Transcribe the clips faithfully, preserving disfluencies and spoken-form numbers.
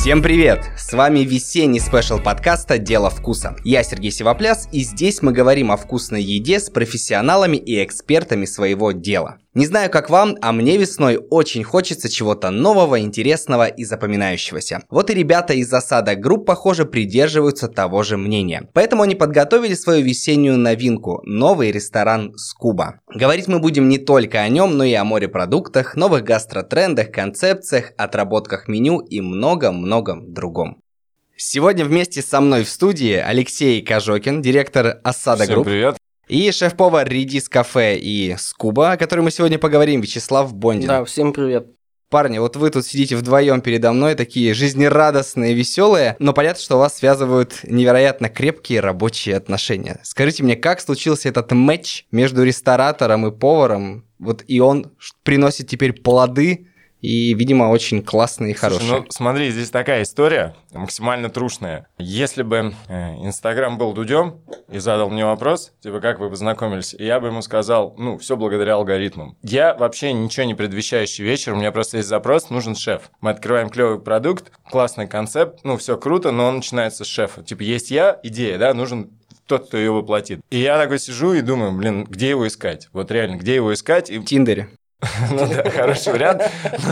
Всем привет! С вами весенний спешл подкаста «Дело вкуса». Я Сергей Сивопляс, и здесь мы говорим о вкусной еде с профессионалами и экспертами своего дела. Не знаю, как вам, а мне весной очень хочется чего-то нового, интересного и запоминающегося. Вот и ребята из Засада Групп, похоже, придерживаются того же мнения. Поэтому они подготовили свою весеннюю новинку – новый ресторан «Скуба». Говорить мы будем не только о нем, но и о морепродуктах, новых гастротрендах, концепциях, отработках меню и много-многом другом. Сегодня вместе со мной в студии Алексей Кожокин, директор Асада Групп. Всем привет. И шеф-повар Редис Кафе и Скуба, о котором мы сегодня поговорим, Вячеслав Бондин. Да, всем привет. Парни, вот вы тут сидите вдвоем передо мной, такие жизнерадостные, веселые, но понятно, что вас связывают невероятно крепкие рабочие отношения. Скажите мне, как случился этот матч между ресторатором и поваром? Вот и он приносит теперь плоды, и, видимо, очень классные и хорошие. Слушай, ну смотри, здесь такая история, максимально трушная. Если бы Инстаграм был Дудем и задал мне вопрос, типа, как вы познакомились, я бы ему сказал, ну, все благодаря алгоритмам. Я вообще ничего не предвещающий вечер, у меня просто есть запрос, нужен шеф. Мы открываем клевый продукт, классный концепт, ну, все круто, но он начинается с шефа. Типа, есть я, идея, да, нужен тот, кто ее воплотит. И я такой сижу и думаю, блин, где его искать? Вот реально, где его искать? И... В Тиндере. Ну да, хороший вариант,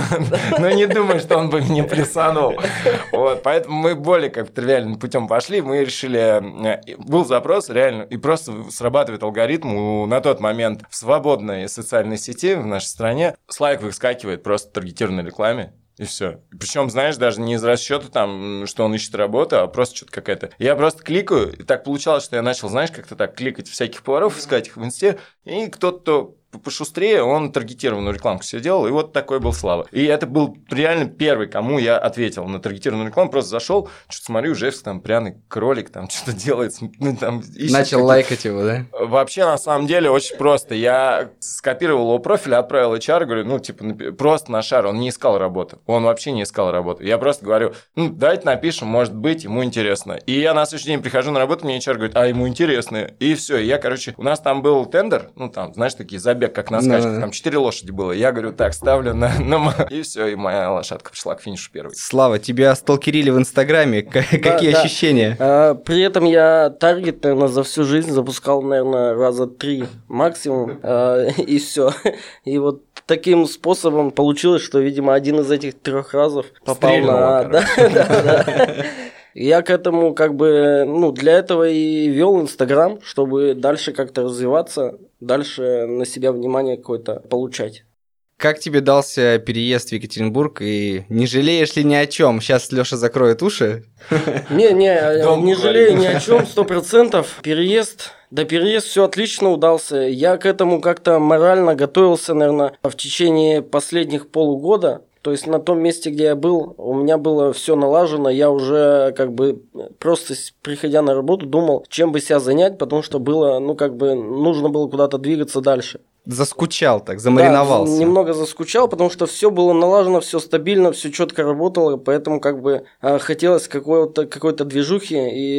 но не думаю, что он бы мне плюсанул. Вот, поэтому мы более как тривиальным путем пошли, мы решили, был запрос реально, и просто срабатывает алгоритм на тот момент в свободной социальной сети в нашей стране, Слайк выскакивает просто в таргетированной рекламе. И все. Причем, знаешь, даже не из расчета там, что он ищет работу, а просто что-то какая-то. Я просто кликаю, и так получалось, что я начал, знаешь, как-то так кликать всяких поваров, искать их в инсте, и кто-то пошустрее, он таргетированную рекламку себе делал, и вот такой был Слава. И это был реально первый, кому я ответил на таргетированную рекламу, просто зашел, что-то смотрю, уже там пряный кролик, там что-то делает, ну, там, начал лайкать его, да? Вообще, на самом деле, очень просто. Я скопировал его профиль, отправил эйч ар, говорю, ну, типа, просто на шар, он не искал работу, он вообще не искал работу. Я просто говорю, ну, давайте напишем, может быть, ему интересно. И я на следующий день прихожу на работу, мне эйч ар говорит, а ему интересно. И все, я, короче, у нас там был тендер, ну, там, знаешь, такие забеги, как на скачках, no. Там четыре лошади было. Я говорю, так, ставлю на... на... И все, и моя лошадка пришла к финишу первой. Слава, тебя сталкерили в Инстаграме. Да, какие да. ощущения? А, при этом я таргет, наверное, за всю жизнь запускал, наверное, раза три максимум. А, и все. И вот таким способом получилось, что, видимо, один из этих трех разов попал Стрельного, на... Да, да, да. Я к этому как бы, ну, для этого и вел Инстаграм, чтобы дальше как-то развиваться, дальше на себя внимание какое-то получать. Как тебе дался переезд в Екатеринбург, и не жалеешь ли ни о чем? Сейчас Лёша закроет уши. Не, не, не жалею ни о чем, сто процентов. Переезд, да переезд все отлично удался. Я к этому как-то морально готовился, наверное, в течение последних полугода. То есть на том месте, где я был, у меня было все налажено, я уже как бы просто приходя на работу думал, чем бы себя занять, потому что было, ну как бы нужно было куда-то двигаться дальше. Заскучал так, замариновался. Да, немного заскучал, потому что все было налажено, все стабильно, все четко работало, поэтому как бы хотелось какой-то, какой-то движухи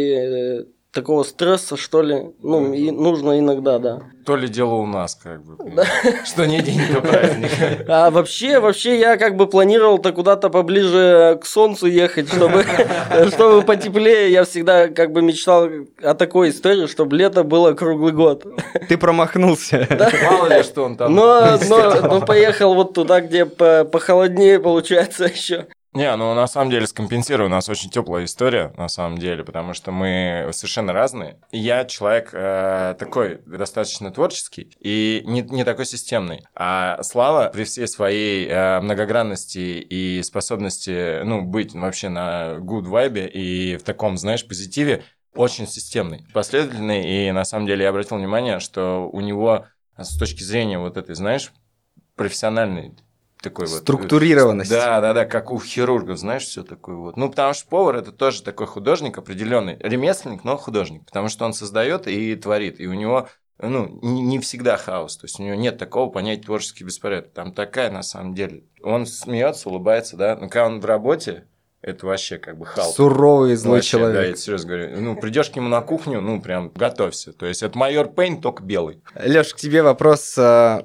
и такого стресса, что ли, ну, и нужно иногда, да. То ли дело у нас, как бы, что не день, то праздник. А вообще, вообще я как бы планировал-то куда-то поближе к солнцу ехать, чтобы, чтобы потеплее. Я всегда как бы мечтал о такой истории, чтобы лето было круглый год. Ты промахнулся. Да? Мало ли, что он там. Но, но, но поехал вот туда, где похолоднее получается еще. Не, ну на самом деле скомпенсирую, у нас очень теплая история, на самом деле, потому что мы совершенно разные. Я человек э, такой достаточно творческий и не, не такой системный. А Слава при всей своей э, многогранности и способности, ну, быть вообще на good vibe и в таком, знаешь, позитиве, очень системный, последовательный. И на самом деле я обратил внимание, что у него с точки зрения вот этой, знаешь, профессиональной, такой вот структурированность. Да, да, да, как у хирургов, знаешь, все такое вот. Ну, потому что повар это тоже такой художник определенный, ремесленник, но художник, потому что он создает и творит, и у него, ну, не всегда хаос, то есть у него нет такого понятия творческий беспорядок. Там такая на самом деле. Он смеется, улыбается, да, но когда он в работе, это вообще как бы хаос. Суровый злой вообще, человек. Да, я серьезно говорю. Ну, придешь к нему на кухню, ну, прям готовься. То есть это майор Пейн, только белый. Лёш, к тебе вопрос.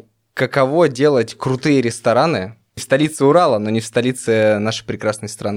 Каково делать крутые рестораны в столице Урала, но не в столице нашей прекрасной страны?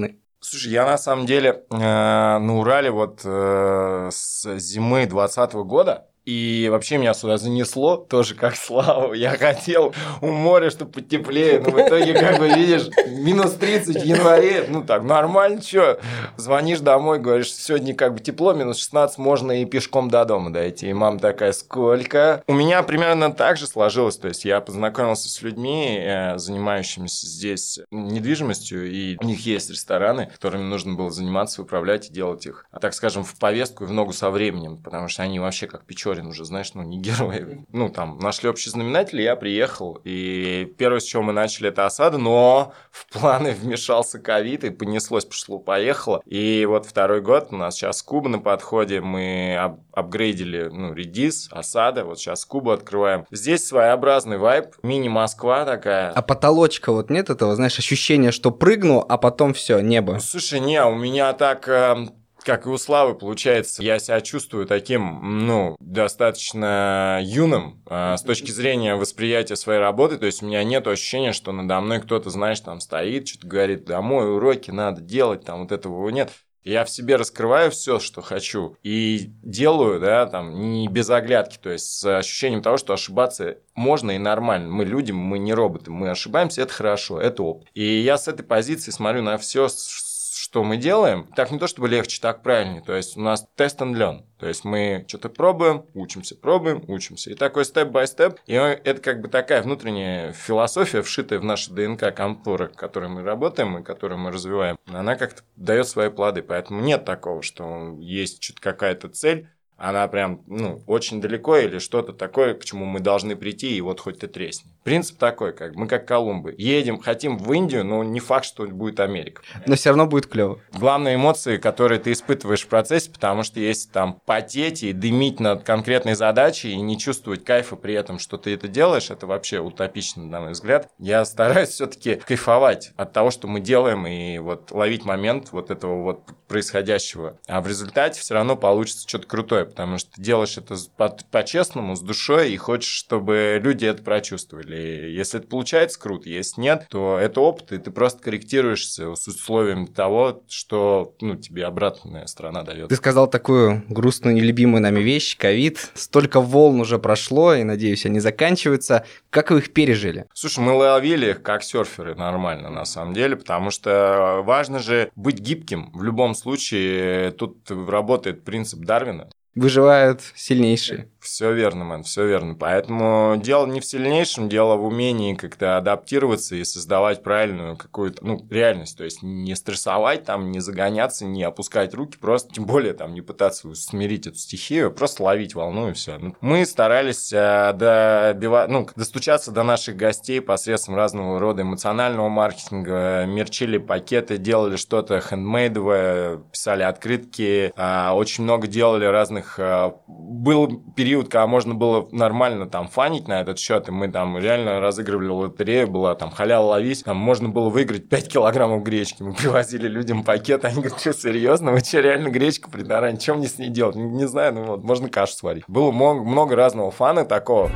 Слушай, я на самом деле э, на Урале вот э, с зимы двадцатого года, и вообще меня сюда занесло, тоже как Славу. Я хотел у моря, чтобы потеплее, но в итоге, как бы, видишь, минус тридцать в январе, ну так, нормально, что? Звонишь домой, говоришь, сегодня как бы тепло, минус шестнадцать, можно и пешком до дома дойти. И мама такая, сколько? У меня примерно так же сложилось, то есть я познакомился с людьми, занимающимися здесь недвижимостью, и у них есть рестораны, которыми нужно было заниматься, управлять и делать их, так скажем, в повестку и в ногу со временем, потому что они вообще как Печорин уже, знаешь, ну, не герои. Ну, там, нашли общий знаменатель, я приехал, и первое, с чего мы начали, это осада, но в планы вмешался ковид, и понеслось, пошло-поехало. И вот второй год у нас сейчас Скуба на подходе, мы ап- апгрейдили, ну, редис, осада, вот сейчас Скубу открываем. Здесь своеобразный вайб, мини-Москва такая. А потолочка вот нет этого, знаешь, ощущения, что прыгну, а потом все, небо? Слушай, не, у меня так... Как и у Славы, получается, я себя чувствую таким, ну, достаточно юным э, с точки зрения восприятия своей работы. То есть у меня нет ощущения, что надо мной кто-то, знаешь, там стоит, что-то говорит, домой, уроки надо делать, там вот этого нет. Я в себе раскрываю все, что хочу, и делаю, да, там, не без оглядки, то есть с ощущением того, что ошибаться можно и нормально. Мы люди, мы не роботы, мы ошибаемся, это хорошо, это опыт. И я с этой позиции смотрю на все, что мы делаем, так не то чтобы легче, так правильнее. То есть у нас тест and learn. То есть мы что-то пробуем, учимся, пробуем, учимся. И такой степ-бай-степ. И это как бы такая внутренняя философия, вшитая в нашу ДНК конторы, в которой мы работаем и которую мы развиваем. Она как-то дает свои плоды. Поэтому нет такого, что есть что-то какая-то цель, она прям, ну, очень далеко или что-то такое, к чему мы должны прийти, и вот хоть ты тресни. Принцип такой, как мы как Колумбы. Едем, хотим в Индию, но не факт, что будет Америка. Но все равно будет клево. Главные эмоции, которые ты испытываешь в процессе, потому что если там потеть и дымить над конкретной задачей и не чувствовать кайфа при этом, что ты это делаешь, это вообще утопично, на мой взгляд. Я стараюсь все-таки кайфовать от того, что мы делаем, и вот ловить момент вот этого вот происходящего. А в результате все равно получится что-то крутое, потому что ты делаешь это по-честному, с душой, и хочешь, чтобы люди это прочувствовали. И если это получается, круто. Если нет, то это опыт, и ты просто корректируешься с условием того, что, ну, тебе обратная сторона дает. Ты сказал такую грустную, нелюбимую нами вещь, ковид. Столько волн уже прошло, и, надеюсь, они заканчиваются. Как вы их пережили? Слушай, мы ловили их как серферы нормально, на самом деле, потому что важно же быть гибким. В любом случае, тут работает принцип Дарвина. Выживают сильнейшие. Все верно, мэн, все верно. Поэтому дело не в сильнейшем, дело в умении как-то адаптироваться и создавать правильную какую-то, ну, реальность. То есть не стрессовать, там, не загоняться, не опускать руки, просто, тем более, там, не пытаться смирить эту стихию, просто ловить волну и все. Мы старались э, добива... ну, достучаться до наших гостей посредством разного рода эмоционального маркетинга, мерчили пакеты, делали что-то хендмейдовое, писали открытки, э, очень много делали разных... Э, был период, когда можно было нормально там фанить на этот счет, и мы там реально разыгрывали лотерею, была там халява ловись, там можно было выиграть пять килограммов гречки, мы привозили людям пакет, они говорят, что, серьезно, вы что, реально гречку придорали, что мне с ней делать, не, не знаю, ну вот, можно кашу сварить. Было много, много разного фана такого.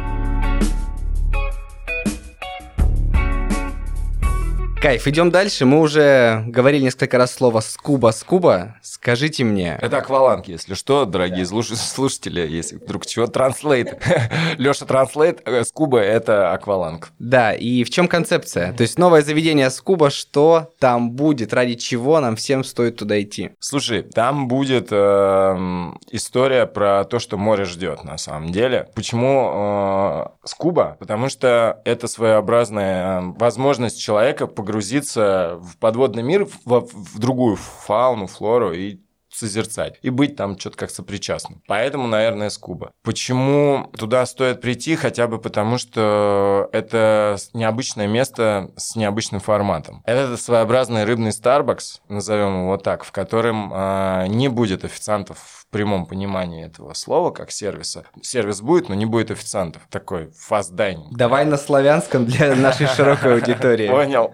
Кайф, идем дальше. Мы уже говорили несколько раз слово «скуба», «скуба». Скажите мне... Это акваланг, если что, дорогие да. слушатели, если вдруг чего, транслейт. Леша транслейт, «скуба» — это акваланг. Да, и в чем концепция? То есть новое заведение «скуба», что там будет, ради чего нам всем стоит туда идти? Слушай, там будет э, история про то, что море ждет на самом деле. Почему э, «скуба»? Потому что это своеобразная возможность человека погрузиться погрузиться в подводный мир, в, в другую фауну, флору и созерцать. И быть там что-то как сопричастным. Поэтому, наверное, «скуба». Почему туда стоит прийти? Хотя бы потому, что это необычное место с необычным форматом. Это своеобразный рыбный Starbucks, назовем его так, в котором э, не будет официантов прямом понимании этого слова, как сервиса. Сервис будет, но не будет официантов. Такой fast dining. Давай на славянском для нашей широкой аудитории. Понял.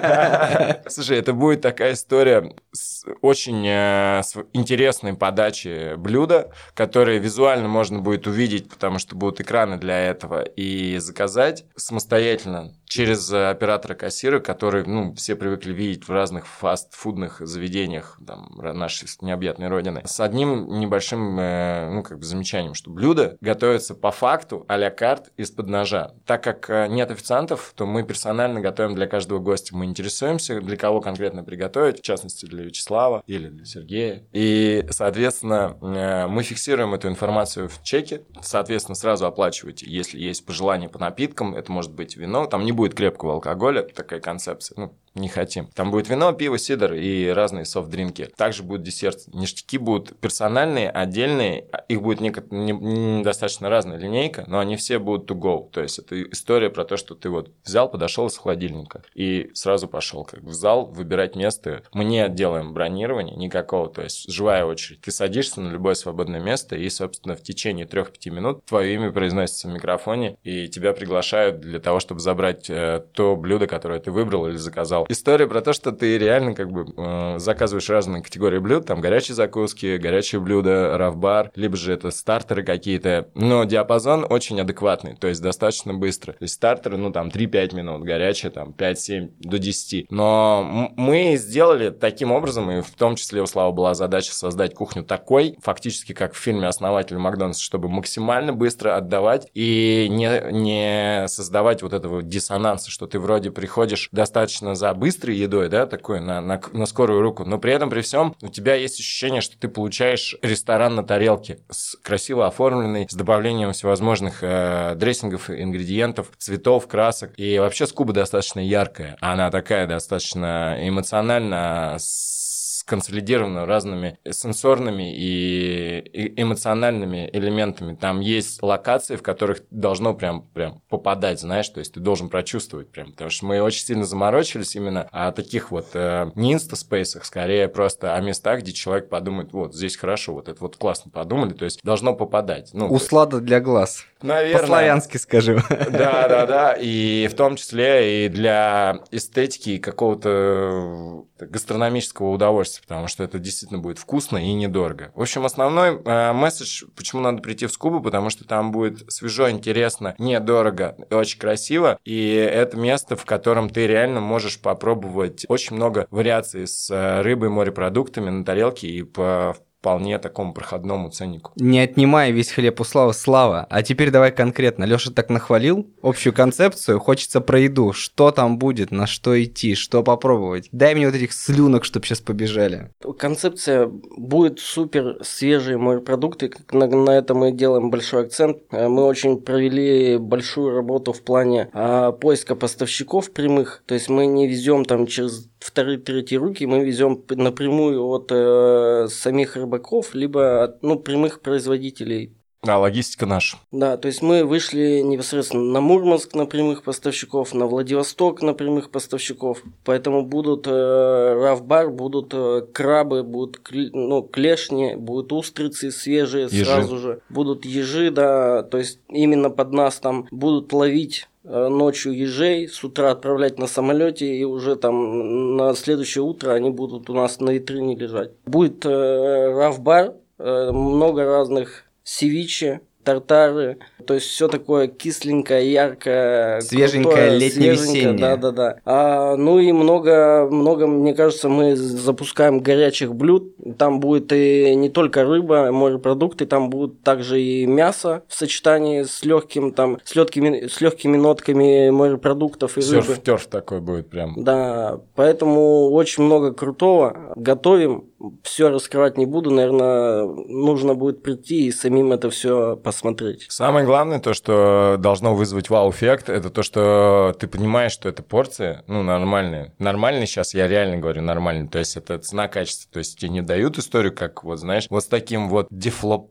Слушай, это будет такая история с очень э, с интересной подачей блюда, которые визуально можно будет увидеть, потому что будут экраны для этого, и заказать самостоятельно через оператора-кассира, который, ну, все привыкли видеть в разных фастфудных заведениях там, нашей необъятной родины, с одним небольшим, э, ну, как бы замечанием, что блюдо готовится по факту а-ля карт из-под ножа. Так как э, нет официантов, то мы персонально готовим для каждого гостя. Мы интересуемся, для кого конкретно приготовить, в частности, для Вячеслава или для Сергея. И, соответственно, э, мы фиксируем эту информацию в чеке, соответственно, сразу оплачиваете, если есть пожелания по напиткам, это может быть вино, там не будет крепкого алкоголя, такая концепция, ну, не хотим. Там будет вино, пиво, сидр и разные софт-дринки. Также будет десерт. Ништяки будут персональные, отдельные. Их будет неко- не, не достаточно разная линейка, но они все будут to go. То есть, это история про то, что ты вот взял, подошел из холодильника и сразу пошел как в зал выбирать место. Мы не делаем бронирования никакого, то есть, живая очередь. Ты садишься на любое свободное место и, собственно, в течение трех-пяти минут твое имя произносится в микрофоне, и тебя приглашают для того, чтобы забрать э, то блюдо, которое ты выбрал или заказал. История про то, что ты реально как бы э, заказываешь разные категории блюд, там горячие закуски, горячие блюда, раф-бар, либо же это стартеры какие-то, но диапазон очень адекватный, то есть достаточно быстро. То есть стартеры, ну там три-пять минут, горячие там пять-семь до десяти. Но мы сделали таким образом, и в том числе у Славы была задача создать кухню такой, фактически как в фильме «Основатель Макдональдса», чтобы максимально быстро отдавать и не, не создавать вот этого диссонанса, что ты вроде приходишь достаточно за быстрой едой, да, такой на, на, на скорую руку, но при этом, при всем, у тебя есть ощущение, что ты получаешь ресторан на тарелке, с, красиво оформленный, с добавлением всевозможных э, дрессингов, ингредиентов, цветов, красок. И вообще скуба достаточно яркая. Она такая достаточно эмоционально консолидировано разными сенсорными и эмоциональными элементами. Там есть локации, в которых должно прям, прям попадать, знаешь, то есть ты должен прочувствовать прям, потому что мы очень сильно заморочились именно о таких вот э, не инста-спейсах, скорее просто о местах, где человек подумает, вот, здесь хорошо, вот это вот классно подумали, то есть должно попадать. Ну, услада для глаз. Наверное. По-славянски скажу. Да, да, да, и в том числе и для эстетики и какого-то гастрономического удовольствия, потому что это действительно будет вкусно и недорого. В общем, основной э, месседж, почему надо прийти в Скубу, потому что там будет свежо, интересно, недорого, очень красиво, и это место, в котором ты реально можешь попробовать очень много вариаций с рыбой, морепродуктами на тарелке и по вполне такому проходному ценнику. Не отнимай весь хлеб у Славы, Слава. А теперь давай конкретно. Леша так нахвалил общую концепцию, хочется про еду. Что там будет, на что идти, что попробовать. Дай мне вот этих слюнок, чтобы сейчас побежали. Концепция будет супер свежие морепродукты. На, на это мы делаем большой акцент. Мы очень провели большую работу в плане а, поиска поставщиков прямых. То есть мы не везем там через вторые, третьи руки, мы везем напрямую от э, самих рыбаков, либо от ну, прямых производителей. А, логистика наша. Да, то есть мы вышли непосредственно на Мурманск на прямых поставщиков, на Владивосток на прямых поставщиков. Поэтому будут э, раф-бар, будут э, крабы, будут ну, клешни, будут устрицы свежие ежи. Сразу же. Будут ежи, да, то есть именно под нас там будут ловить ночью ежей, с утра отправлять на самолете, и уже там на следующее утро они будут у нас на витрине лежать. Будет э, раф-бар, э, много разных севиче, тартары, то есть все такое кисленькое, яркое, свеженькое, летнее-весеннее. Да, да, да. А, ну и много, много, мне кажется, мы запускаем горячих блюд. Там будет и не только рыба, морепродукты, там будут также и мясо в сочетании с легким, там, с легкими, с легкими нотками морепродуктов и рыбы. Серф-терф такой будет прям. Да, поэтому очень много крутого. Готовим. Все раскрывать не буду, наверное, нужно будет прийти и самим это все посмотреть. Самое главное, то, что должно вызвать вау-эффект, это то, что ты понимаешь, что это порции, ну, нормальные. Нормальные сейчас, я реально говорю нормальные, то есть это цена-качество, то есть тебе не дают историю, как, вот знаешь, вот с таким вот дефлопе.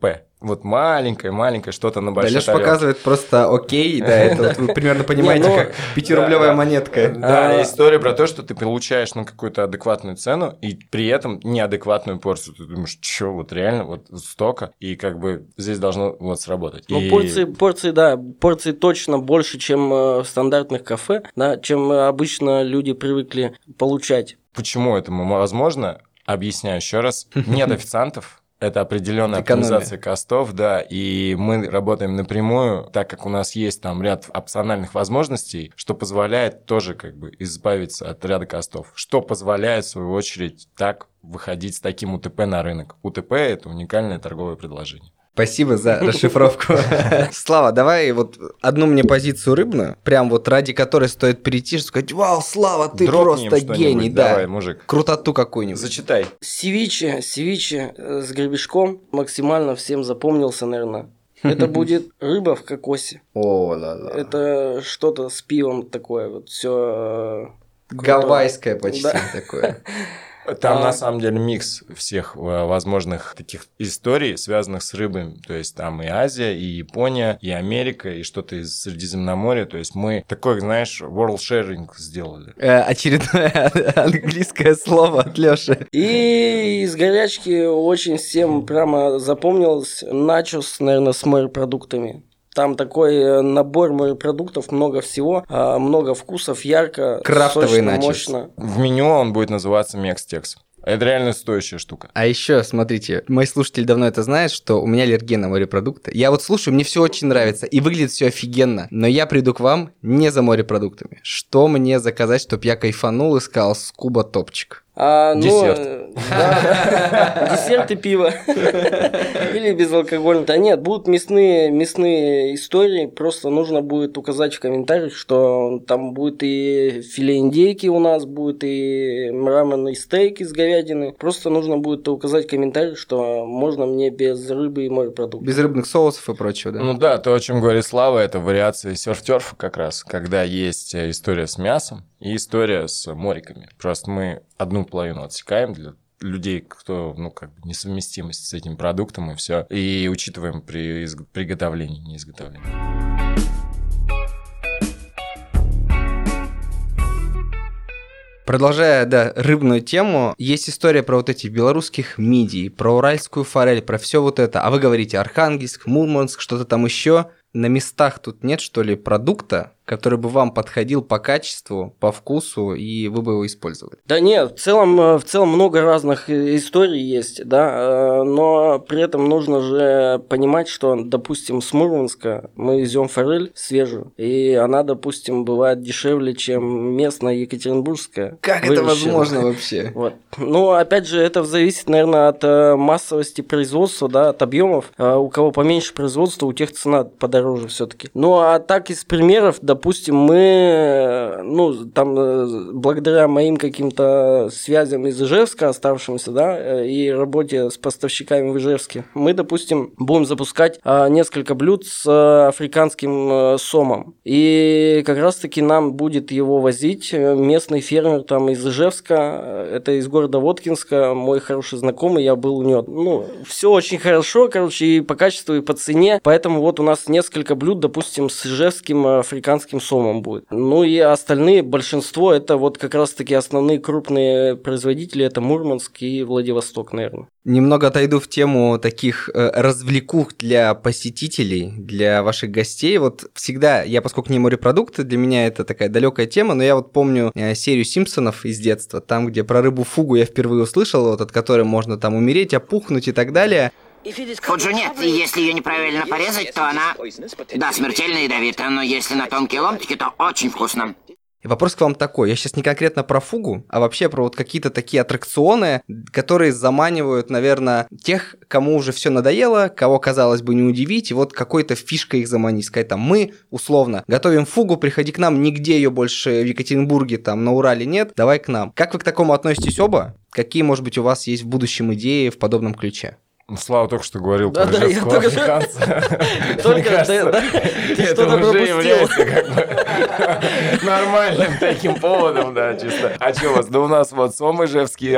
вот маленькое-маленькое что-то на большой тарелке. Да, Леша показывает просто окей, да, это вот вы примерно понимаете, как пятирублевая монетка. Да, история про то, что ты получаешь на какую-то адекватную цену и при этом неадекватную порцию. Ты думаешь, что вот реально вот столько, и как бы здесь должно вот сработать. Ну, порции, порции, да, порции точно больше, чем в стандартных кафе, да, чем обычно люди привыкли получать. Почему это возможно? Объясняю еще раз. Нет официантов. Это определенная оптимизация костов, да, и мы работаем напрямую, так как у нас есть там ряд опциональных возможностей, что позволяет тоже как бы избавиться от ряда костов, что позволяет, в свою очередь, так выходить с таким УТП на рынок. УТП – это уникальное торговое предложение. Спасибо за расшифровку. Слава, давай вот одну мне позицию рыбную, прям вот ради которой стоит перейти, сказать: вау, Слава, ты Дропнем просто гений, да. Давай, мужик. Крутоту какую-нибудь. Зачитай. Севиче, севиче с гребешком максимально всем запомнился, наверное. Это будет рыба в кокосе. О, ла-ла. Это что-то с пивом такое, вот все. Гавайское почти Да. такое. Там, А. на самом деле, микс всех возможных таких историй, связанных с рыбой. То есть, там и Азия, и Япония, и Америка, и что-то из Средиземноморья. То есть, мы такой, знаешь, world sharing сделали. Э, очередное английское слово от Лёши. И из горячки очень всем прямо запомнилось начос, наверное, с морепродуктами. Там такой набор морепродуктов, много всего, много вкусов, ярко, Крафтовый сочно, начос. мощно. В меню он будет называться Мекстекс. Это реально стоящая штука. А еще, смотрите, мои слушатели давно это знают, что у меня аллергия на морепродукты. Я вот слушаю, мне все очень нравится, и выглядит все офигенно, но я приду к вам не за морепродуктами. Что мне заказать, чтобы я кайфанул и сказал: скуба топчик? А, ну, Десерт. э, да, десерт и пиво. Или безалкогольный. Да нет, будут мясные, мясные истории. Просто нужно будет указать в комментариях, что там будет и филе индейки у нас, будет и мраморный стейк из говядины. Просто нужно будет указать в комментариях, что можно мне без рыбы и морепродуктов. Без рыбных соусов и прочего, да? Ну да, то, о чем говорит Слава, это вариация серф-терфа как раз, когда есть история с мясом и история с мориками. Просто мы одну половину отсекаем для людей, кто, ну, как бы несовместимость с этим продуктом, и все, и учитываем при изг... приготовлении, не изготовлении. Продолжая, да, рыбную тему, есть история про вот эти белорусских мидий, про уральскую форель, про все вот это. А вы говорите Архангельск, Мурманск, что-то там еще. На местах тут нет, что ли, продукта, который бы вам подходил по качеству, по вкусу, и вы бы его использовали? Да нет, в целом, в целом много разных историй есть, да, но при этом нужно же понимать, что, допустим, с Мурманска мы везем форель свежую, и она, допустим, бывает дешевле, чем местная екатеринбургская. Как выращенная. это возможно вообще? Вот. Ну, опять же, это зависит, наверное, от массовости производства, да, от объемов. У кого поменьше производства, у тех цена подороже все-таки. Ну, а так из примеров, допустим, мы, ну, там, благодаря моим каким-то связям из Ижевска оставшимся, да, и работе с поставщиками в Ижевске, мы, допустим, будем запускать а, несколько блюд с а, африканским а, сомом. И как раз-таки нам будет его возить местный фермер там из Ижевска, это из города Воткинска, мой хороший знакомый, я был у него. Ну, все очень хорошо, короче, и по качеству, и по цене, поэтому вот у нас несколько блюд, допустим, с ижевским африканским сомом будет. Ну и остальные, большинство, это вот как раз-таки основные крупные производители, это Мурманск и Владивосток, наверное. Немного отойду в тему таких э, развлекух для посетителей, для ваших гостей. Вот всегда, я поскольку не морепродукты, для меня это такая далекая тема, но я вот помню э, серию Симпсонов из детства, там, где про рыбу-фугу я впервые услышал, вот от которой можно там умереть, опухнуть и так далее. Фуджу нет, и если ее неправильно порезать, то она, да, смертельно ядовита, но если на тонкие ломтики, то очень вкусно. И вопрос к вам такой, я сейчас не конкретно про фугу, а вообще про вот какие-то такие аттракционы, которые заманивают, наверное, тех, кому уже все надоело, кого, казалось бы, не удивить, и вот какой-то фишкой их заманить, сказать там: мы, условно, готовим фугу, приходи к нам, нигде ее больше в Екатеринбурге, там, на Урале нет, давай к нам. Как вы к такому относитесь оба? Какие, может быть, у вас есть в будущем идеи в подобном ключе? Слава только что говорил да, про да, жесткого африканца. Только, кажется, да, ты это что-то уже пропустил. является как бы нормальным таким поводом, да, чисто. А что у вас? Да у нас вот сом ижевские,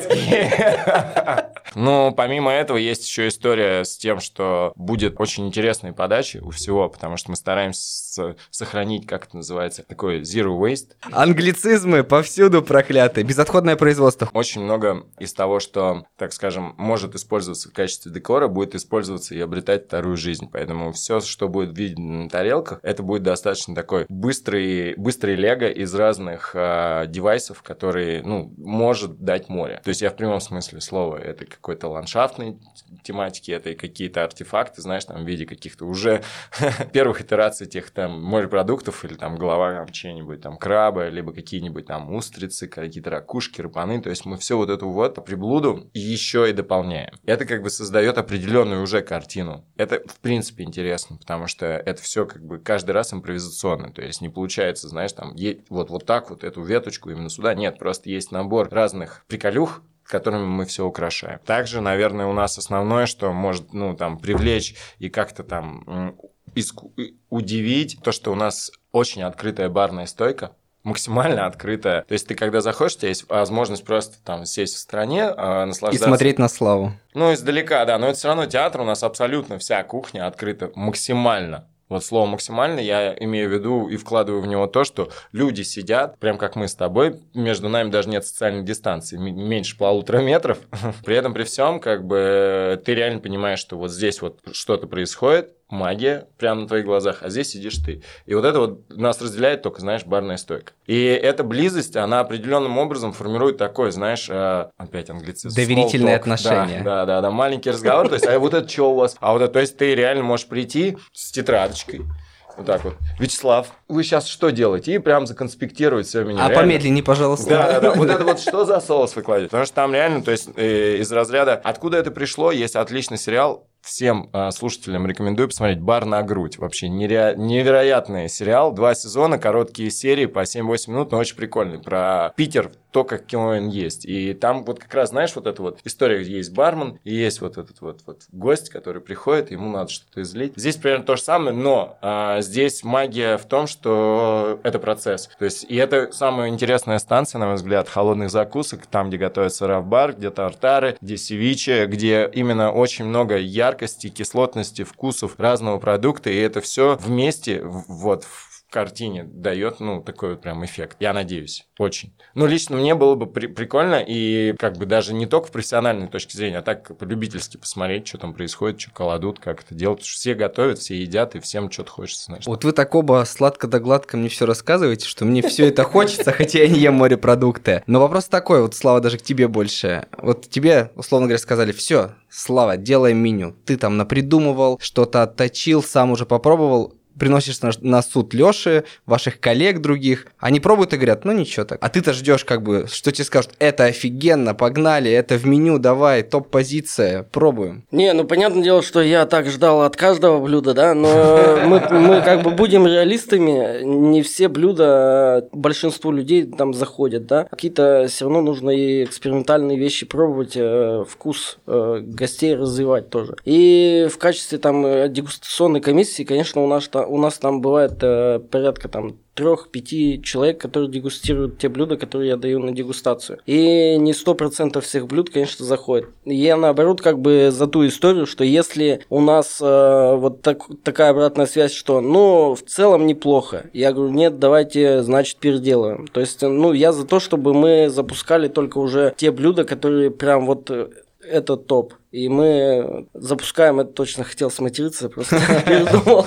африканские. Но помимо этого есть еще история с тем, что будет очень интересные подачи у всего, потому что мы стараемся сохранить, как это называется, такой zero waste. Англицизмы повсюду проклятые. Безотходное производство. Очень много из того, что, так скажем, может использоваться в качестве декора, будет использоваться и обретать вторую жизнь. Поэтому все, что будет видно на тарелках, это будет достаточно такой быстрый, быстрый лего из разных э, девайсов, которые, ну, может дать море. То есть я в прямом смысле слова, это какой-то ландшафтной тематики, это и какие-то артефакты, знаешь, там в виде каких-то уже первых итераций тех там морепродуктов или там голова там, чьей-нибудь там краба, либо какие-нибудь там устрицы, какие-то ракушки, рапаны. То есть мы все вот эту вот приблуду еще и дополняем. Это как бы создает определенную уже картину. Это в принципе интересно, потому что это все как бы каждый раз импровизационно. То есть не получается, знаешь, там вот, вот так вот эту веточку именно сюда. Нет, просто есть набор разных приколюх, которыми мы все украшаем. Также, наверное, у нас основное, что может, ну, там, привлечь и как-то там иску- удивить, то, что у нас очень открытая барная стойка, максимально открытая. То есть ты, когда заходишь, у тебя есть возможность просто там сесть в стороне, э, наслаждаться. И смотреть на Славу. Ну, издалека, да, но это все равно театр, у нас абсолютно вся кухня открыта максимально. Вот слово «максимально» я имею в виду и вкладываю в него то, что люди сидят, прям как мы с тобой, между нами даже нет социальной дистанции, меньше полутора метров. При этом, при всем, как бы ты реально понимаешь, что вот здесь вот что-то происходит, магия прямо на твоих глазах, а здесь сидишь ты. И вот это вот нас разделяет только, знаешь, барная стойка. И эта близость, она определенным образом формирует такой, знаешь, опять англицизм. Доверительные отношения. Да, да, да, да, маленький разговор. То есть, а вот это что у вас? А вот это, то есть, ты реально можешь прийти с тетрадочкой. Вот так вот. Вячеслав, вы сейчас что делаете? И прям законспектировать все меня. А реально. помедленнее, пожалуйста. Да, да, да. Вот это вот что за соус вы кладете? Потому что там реально, то есть, э, из разряда «Откуда это пришло?» есть отличный сериал. Всем э, слушателям рекомендую посмотреть «Бар на грудь». Вообще нере... невероятный сериал. Два сезона, короткие серии по семь-восемь минут, но очень прикольный. Про Питер, то, как он есть. И там вот как раз, знаешь, вот эта вот история, где есть бармен, и есть вот этот вот, вот гость, который приходит, ему надо что-то излить. Здесь примерно то же самое, но э, здесь магия в том, что это процесс. То есть, и это самая интересная станция, на мой взгляд, холодных закусок, там, где готовится раф-бар, где тартары, где севиче, где именно очень много яркости, яркости, кислотности, вкусов разного продукта, и это все вместе вот в картине дает, ну, такой вот прям эффект. Я надеюсь, очень. Ну, лично мне было бы при- прикольно, и как бы даже не только в профессиональной точке зрения, а так по-любительски посмотреть, что там происходит, что колодут, как это делают. Потому что все готовят, все едят, и всем что-то хочется, знаешь. Вот вы так оба сладко да гладко мне все рассказываете, что мне все это хочется, хотя я не ем морепродукты. Но вопрос такой, вот, Слава, даже к тебе больше. Вот тебе, условно говоря, сказали: все, Слава, делай меню. Ты там напридумывал, что-то отточил, сам уже попробовал. Приносишь на, на суд Лёши, ваших коллег других, они пробуют и говорят: ну ничего так. А ты-то ждешь, как бы, что тебе скажут: это офигенно, погнали, это в меню, давай, топ-позиция, пробуем. Не, ну понятное дело, что я так ждал от каждого блюда, да, но мы, мы как бы будем реалистами, не все блюда большинству людей там заходят, да. Какие-то все равно нужно и экспериментальные вещи пробовать, э, вкус э, гостей развивать тоже. И в качестве там дегустационной комиссии, конечно, у нас там у нас там бывает э, порядка там трех-пяти человек, которые дегустируют те блюда, которые я даю на дегустацию. И не сто процентов всех блюд, конечно, заходит. Я, наоборот, как бы за ту историю, что если у нас э, вот так, такая обратная связь, что, ну, в целом неплохо. Я говорю: нет, давайте, значит, переделаем. То есть, ну, я за то, чтобы мы запускали только уже те блюда, которые прям вот... это топ. И мы запускаем, это точно хотел сматериться, просто передумал.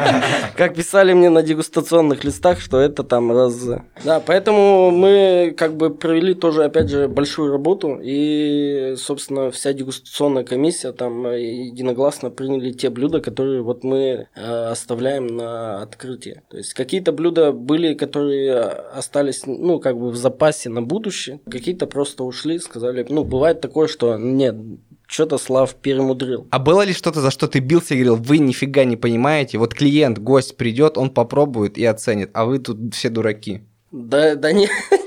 Как писали мне на дегустационных листах, что это там раз... Да, поэтому мы как бы провели тоже, опять же, большую работу, и, собственно, вся дегустационная комиссия там единогласно приняли те блюда, которые вот мы оставляем на открытие. То есть какие-то блюда были, которые остались, ну, как бы в запасе на будущее, какие-то просто ушли, сказали, ну, бывает такое, что нет, что-то Слав перемудрил. А было ли что-то, за что ты бился и говорил: вы нифига не понимаете, вот клиент, гость придет, он попробует и оценит, а вы тут все дураки? Да, да нет, нет,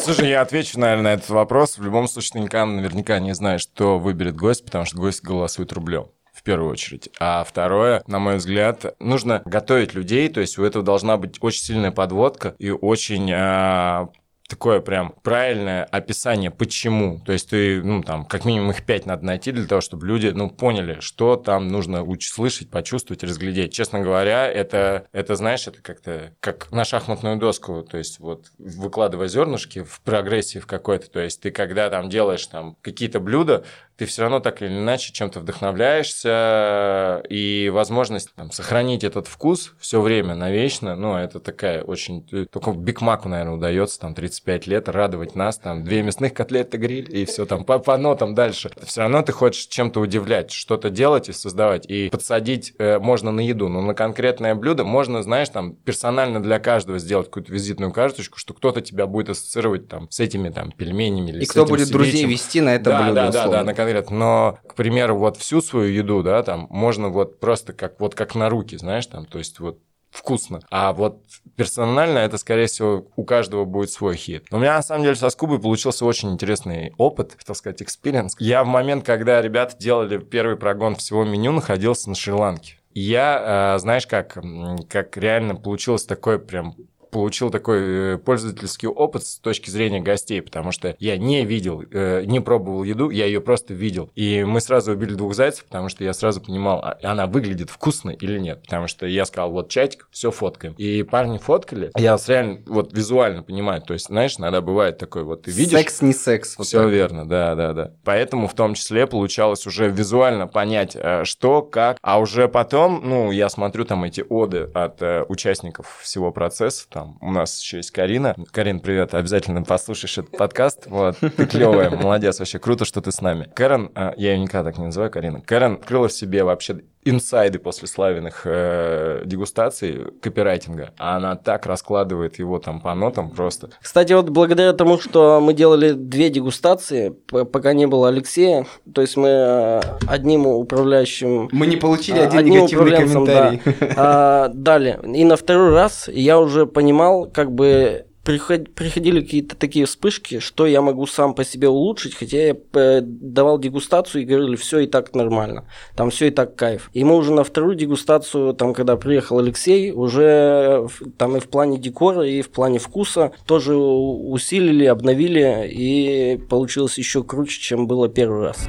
Слушай, я отвечу, наверное, на этот вопрос. В любом случае, ты никогда наверняка не знаешь, что выберет гость, потому что гость голосует рублем. В первую очередь. А второе, на мой взгляд, нужно готовить людей, то есть у этого должна быть очень сильная подводка и очень... А... такое прям правильное описание, почему. То есть ты, ну, там, как минимум их пять надо найти для того, чтобы люди, ну, поняли, что там нужно услышать, почувствовать, разглядеть. Честно говоря, это, это знаешь, это как-то как на шахматную доску, то есть вот выкладывая зернышки в прогрессии в какой-то, то есть ты когда там делаешь там какие-то блюда, ты все равно так или иначе чем-то вдохновляешься, и возможность там, сохранить этот вкус все время, навечно, ну, это такая очень... Только Биг Маку, наверное, удается там тридцать пять лет радовать нас, там, две мясных котлеты гриль, и все там по, по нотам дальше. Все равно ты хочешь чем-то удивлять, что-то делать и создавать, и подсадить э, можно на еду, но на конкретное блюдо можно, знаешь, там, персонально для каждого сделать какую-то визитную карточку, что кто-то тебя будет ассоциировать там с этими там пельменями или и с кто этим будет севичем. Друзей вести на это да, блюдо. Да, да, да, на конкретно. Но, к примеру, вот всю свою еду, да, там, можно вот просто как, вот как на руки, знаешь, там, то есть вот вкусно. А вот персонально это, скорее всего, у каждого будет свой хит. Но у меня, на самом деле, со Скубой получился очень интересный опыт, так сказать, экспириенс. Я в момент, когда ребята делали первый прогон всего меню, находился на Шри-Ланке. И я, знаешь, как, как реально получилось такое прям... получил такой пользовательский опыт с точки зрения гостей, потому что я не видел, не пробовал еду, я ее просто видел. И мы сразу убили двух зайцев, потому что я сразу понимал, она выглядит вкусно или нет. Потому что я сказал, вот чатик, все фоткаем. И парни фоткали. Я реально вот визуально понимаю. То есть, знаешь, иногда бывает такой вот, ты видишь... Секс не секс. Вот все так. Верно, да, да, да. Поэтому в том числе получалось уже визуально понять, что, как. А уже потом, ну, я смотрю там эти оды от участников всего процесса, там, у нас еще есть Карина. Карин, привет, обязательно послушаешь этот подкаст. Вот, ты клевая, молодец, вообще круто, что ты с нами. Кэрон, я ее никогда так не называю, Карина. Кэрон открыла в себе вообще инсайды после Славиных э, дегустаций копирайтинга. А она так раскладывает его там по нотам просто. Кстати, вот благодаря тому, что мы делали две дегустации, пока не было Алексея, то есть мы одним управляющим... Мы не получили один одним негативный комментарий. Да, дали. И на второй раз я уже понимал, как бы... Приходили какие-то такие вспышки, что я могу сам по себе улучшить, хотя я давал дегустацию и говорили, все и так нормально, там все и так кайф. И мы уже на вторую дегустацию, там, когда приехал Алексей, уже там и в плане декора, и в плане вкуса тоже усилили, обновили, и получилось еще круче, чем было первый раз.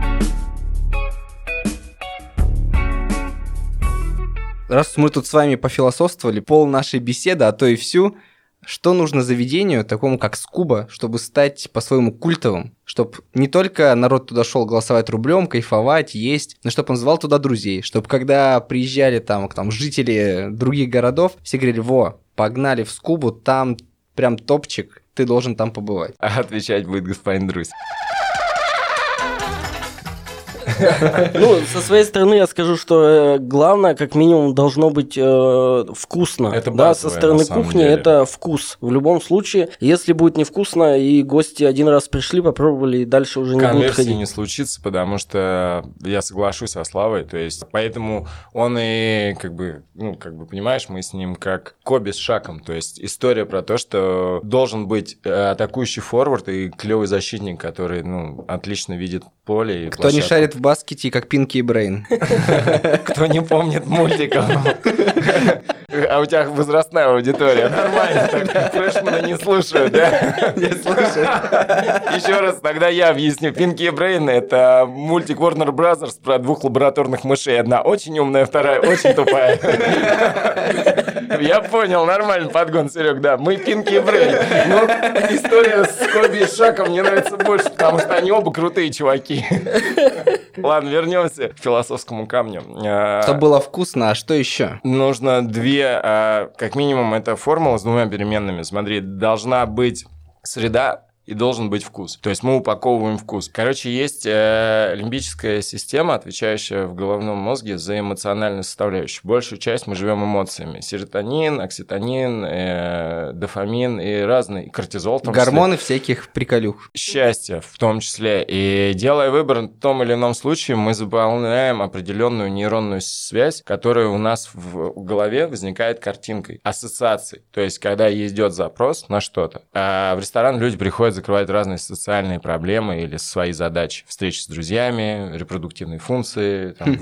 Раз мы тут с вами пофилософствовали, пол нашей беседы, а то и всю, что нужно заведению, такому как Скуба, чтобы стать по-своему культовым? Чтобы не только народ туда шел голосовать рублем, кайфовать, есть, но чтобы он звал туда друзей. Чтобы когда приезжали там, там жители других городов, все говорили, во, погнали в Скубу, там прям топчик, ты должен там побывать. А отвечать будет господин Друзь. Ну, со своей стороны я скажу, что главное, как минимум, должно быть э, вкусно. Это базовое, да, со стороны кухни деле. Это вкус. В любом случае, если будет невкусно, и гости один раз пришли, попробовали, и дальше уже не будут ходить. Конверсии не случится, потому что я соглашусь со Славой, то есть, поэтому он и, как бы, ну, как бы, понимаешь, мы с ним как Коби с Шаком, то есть, история про то, что должен быть атакующий форвард и клевый защитник, который, ну, отлично видит поле и Кто площадку. Не шарит в баскете, как Пинки и Брейн. Кто не помнит мультиков. А у тебя возрастная аудитория. Нормально, так фрешманы не слушают, да? Не слушают. Еще раз, тогда я объясню. Пинки и Брейн – это мультик Warner Brothers про двух лабораторных мышей. Одна очень умная, вторая очень тупая. Я понял, нормальный подгон, Серег, да. Мы Пинки и Брейн. Но история с Коби и Шаком мне нравится больше, потому что они оба крутые чуваки. Ладно, вернемся к философскому камню. Чтобы было вкусно, а что еще? Нужно две, как минимум, это формула с двумя переменными. Смотри, должна быть среда, и должен быть вкус. То есть мы упаковываем вкус. Короче, есть э, лимбическая система, отвечающая в головном мозге за эмоциональную составляющую. Большую часть мы живем эмоциями. Серотонин, окситонин, э, дофамин и разные, кортизол. В том Гормоны числе. всяких приколюх. Счастье в том числе. И делая выбор в том или ином случае, мы заполняем определенную нейронную связь, которая у нас в голове возникает картинкой, ассоциацией. То есть, когда идет запрос на что-то. А в ресторан люди приходят закрывать разные социальные проблемы или свои задачи. Встречи с друзьями, репродуктивные функции, там,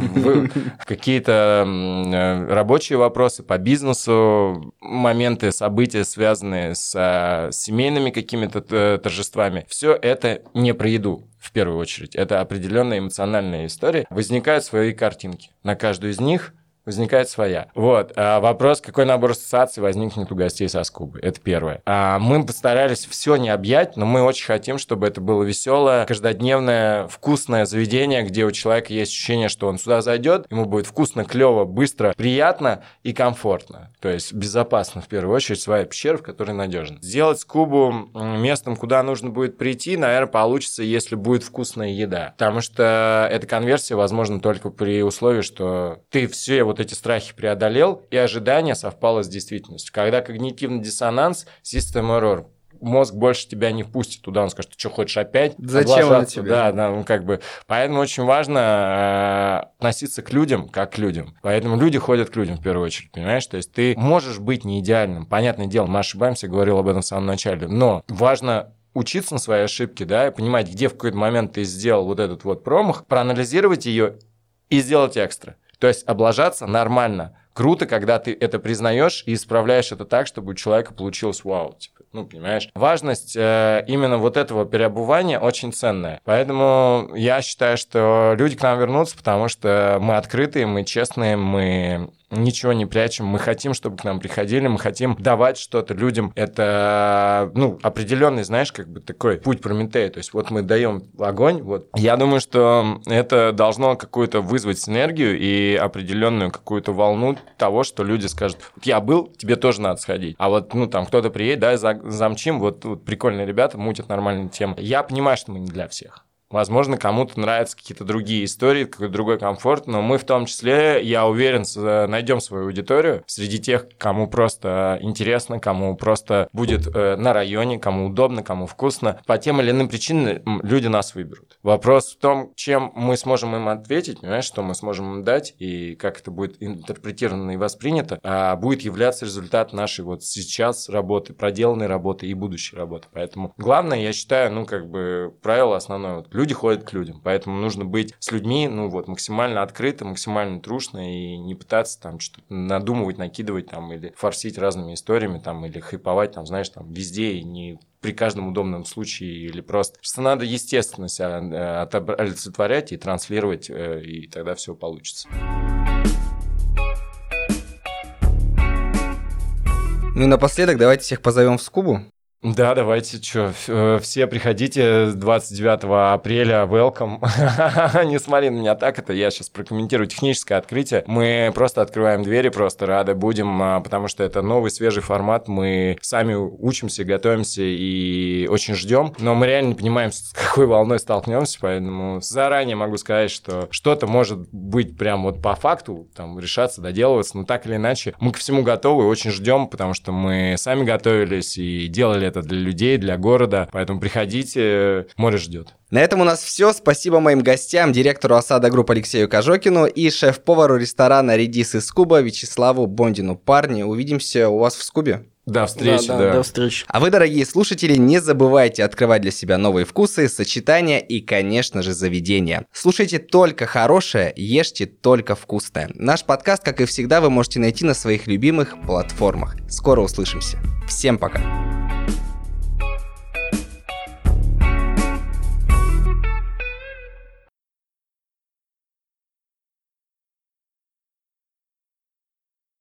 какие-то рабочие вопросы по бизнесу, моменты, события, связанные с семейными какими-то торжествами. Все это не про еду. В первую очередь. Это определенная эмоциональная история. Возникают свои картинки. На каждую из них возникает своя. Вот. А вопрос, какой набор ассоциаций возникнет у гостей со Скубы. Это первое. А мы постарались все не объять, но мы очень хотим, чтобы это было веселое, каждодневное, вкусное заведение, где у человека есть ощущение, что он сюда зайдет, ему будет вкусно, клево, быстро, приятно и комфортно. То есть безопасно, в первую очередь, своя пещера, в которой надежно. Сделать Скубу местом, куда нужно будет прийти, наверное, получится, если будет вкусная еда. Потому что эта конверсия возможна только при условии, что ты все вот эти страхи преодолел, и ожидание совпало с действительностью. Когда когнитивный диссонанс, system error, мозг больше тебя не впустит туда, он скажет, ты что, хочешь опять? Зачем он тебе? Да, да, ну как бы. Поэтому очень важно э, относиться к людям как к людям. Поэтому люди ходят к людям в первую очередь, понимаешь? То есть ты можешь быть не идеальным. Понятное дело, мы ошибаемся, говорил об этом в самом начале, но важно учиться на свои ошибки, да, и понимать, где в какой-то момент ты сделал вот этот вот промах, проанализировать ее и сделать экстра. То есть облажаться нормально. Круто, когда ты это признаешь и исправляешь это так, чтобы у человека получилось вау. Типа, ну, понимаешь? Важность э, именно вот этого переобувания очень ценная. Поэтому я считаю, что люди к нам вернутся, потому что мы открытые, мы честные, мы ничего не прячем. Мы хотим, чтобы к нам приходили, мы хотим давать что-то людям. Это, ну, определенный, знаешь, как бы такой путь Прометея. То есть вот мы даем огонь. Вот. Я думаю, что это должно какую-то вызвать синергию и определенную какую-то волну того, что люди скажут, вот я был, тебе тоже надо сходить. А вот, ну, там кто-то приедет, да, замчим, вот, вот прикольные ребята, мутят нормальные темы. Я понимаю, что мы не для всех. Возможно, кому-то нравятся какие-то другие истории, какой-то другой комфорт, но мы в том числе, я уверен, найдем свою аудиторию среди тех, кому просто интересно, кому просто будет на районе, кому удобно, кому вкусно. По тем или иным причинам люди нас выберут. Вопрос в том, чем мы сможем им ответить, понимаешь, что мы сможем им дать и как это будет интерпретировано и воспринято, а будет являться результат нашей вот сейчас работы, проделанной работы и будущей работы. Поэтому главное, я считаю, ну, как бы правило основное, вот, люди ходят к людям, поэтому нужно быть с людьми, ну вот, максимально открыто, максимально трушно и не пытаться там что-то надумывать, накидывать там или форсить разными историями там или хайповать там, знаешь, там везде и не при каждом удобном случае или просто. Просто надо естественность олицетворять и транслировать, и тогда все получится. Ну и напоследок давайте всех позовем в Скубу. Да, давайте, что, все приходите двадцать девятого апреля, welcome. Не смотри на меня так, это я сейчас прокомментирую техническое открытие. Мы просто открываем двери, просто рады будем, потому что это новый, свежий формат, мы сами учимся, готовимся и очень ждем, но мы реально не понимаем, с какой волной столкнемся, поэтому заранее могу сказать, что что-то может быть прям вот по факту, там, решаться, доделываться, но так или иначе мы ко всему готовы и очень ждем, потому что мы сами готовились и делали это для людей, для города. Поэтому приходите, море ждет. На этом у нас все. Спасибо моим гостям, директору Осада Групп Алексею Кожокину и шеф-повару ресторана «Редис» из Скуба Вячеславу Бондину. Парни, увидимся у вас в Скубе. До встречи, да, да, да. До встречи. А вы, дорогие слушатели, не забывайте открывать для себя новые вкусы, сочетания и, конечно же, заведения. Слушайте только хорошее, ешьте только вкусное. Наш подкаст, как и всегда, вы можете найти на своих любимых платформах. Скоро услышимся. Всем пока.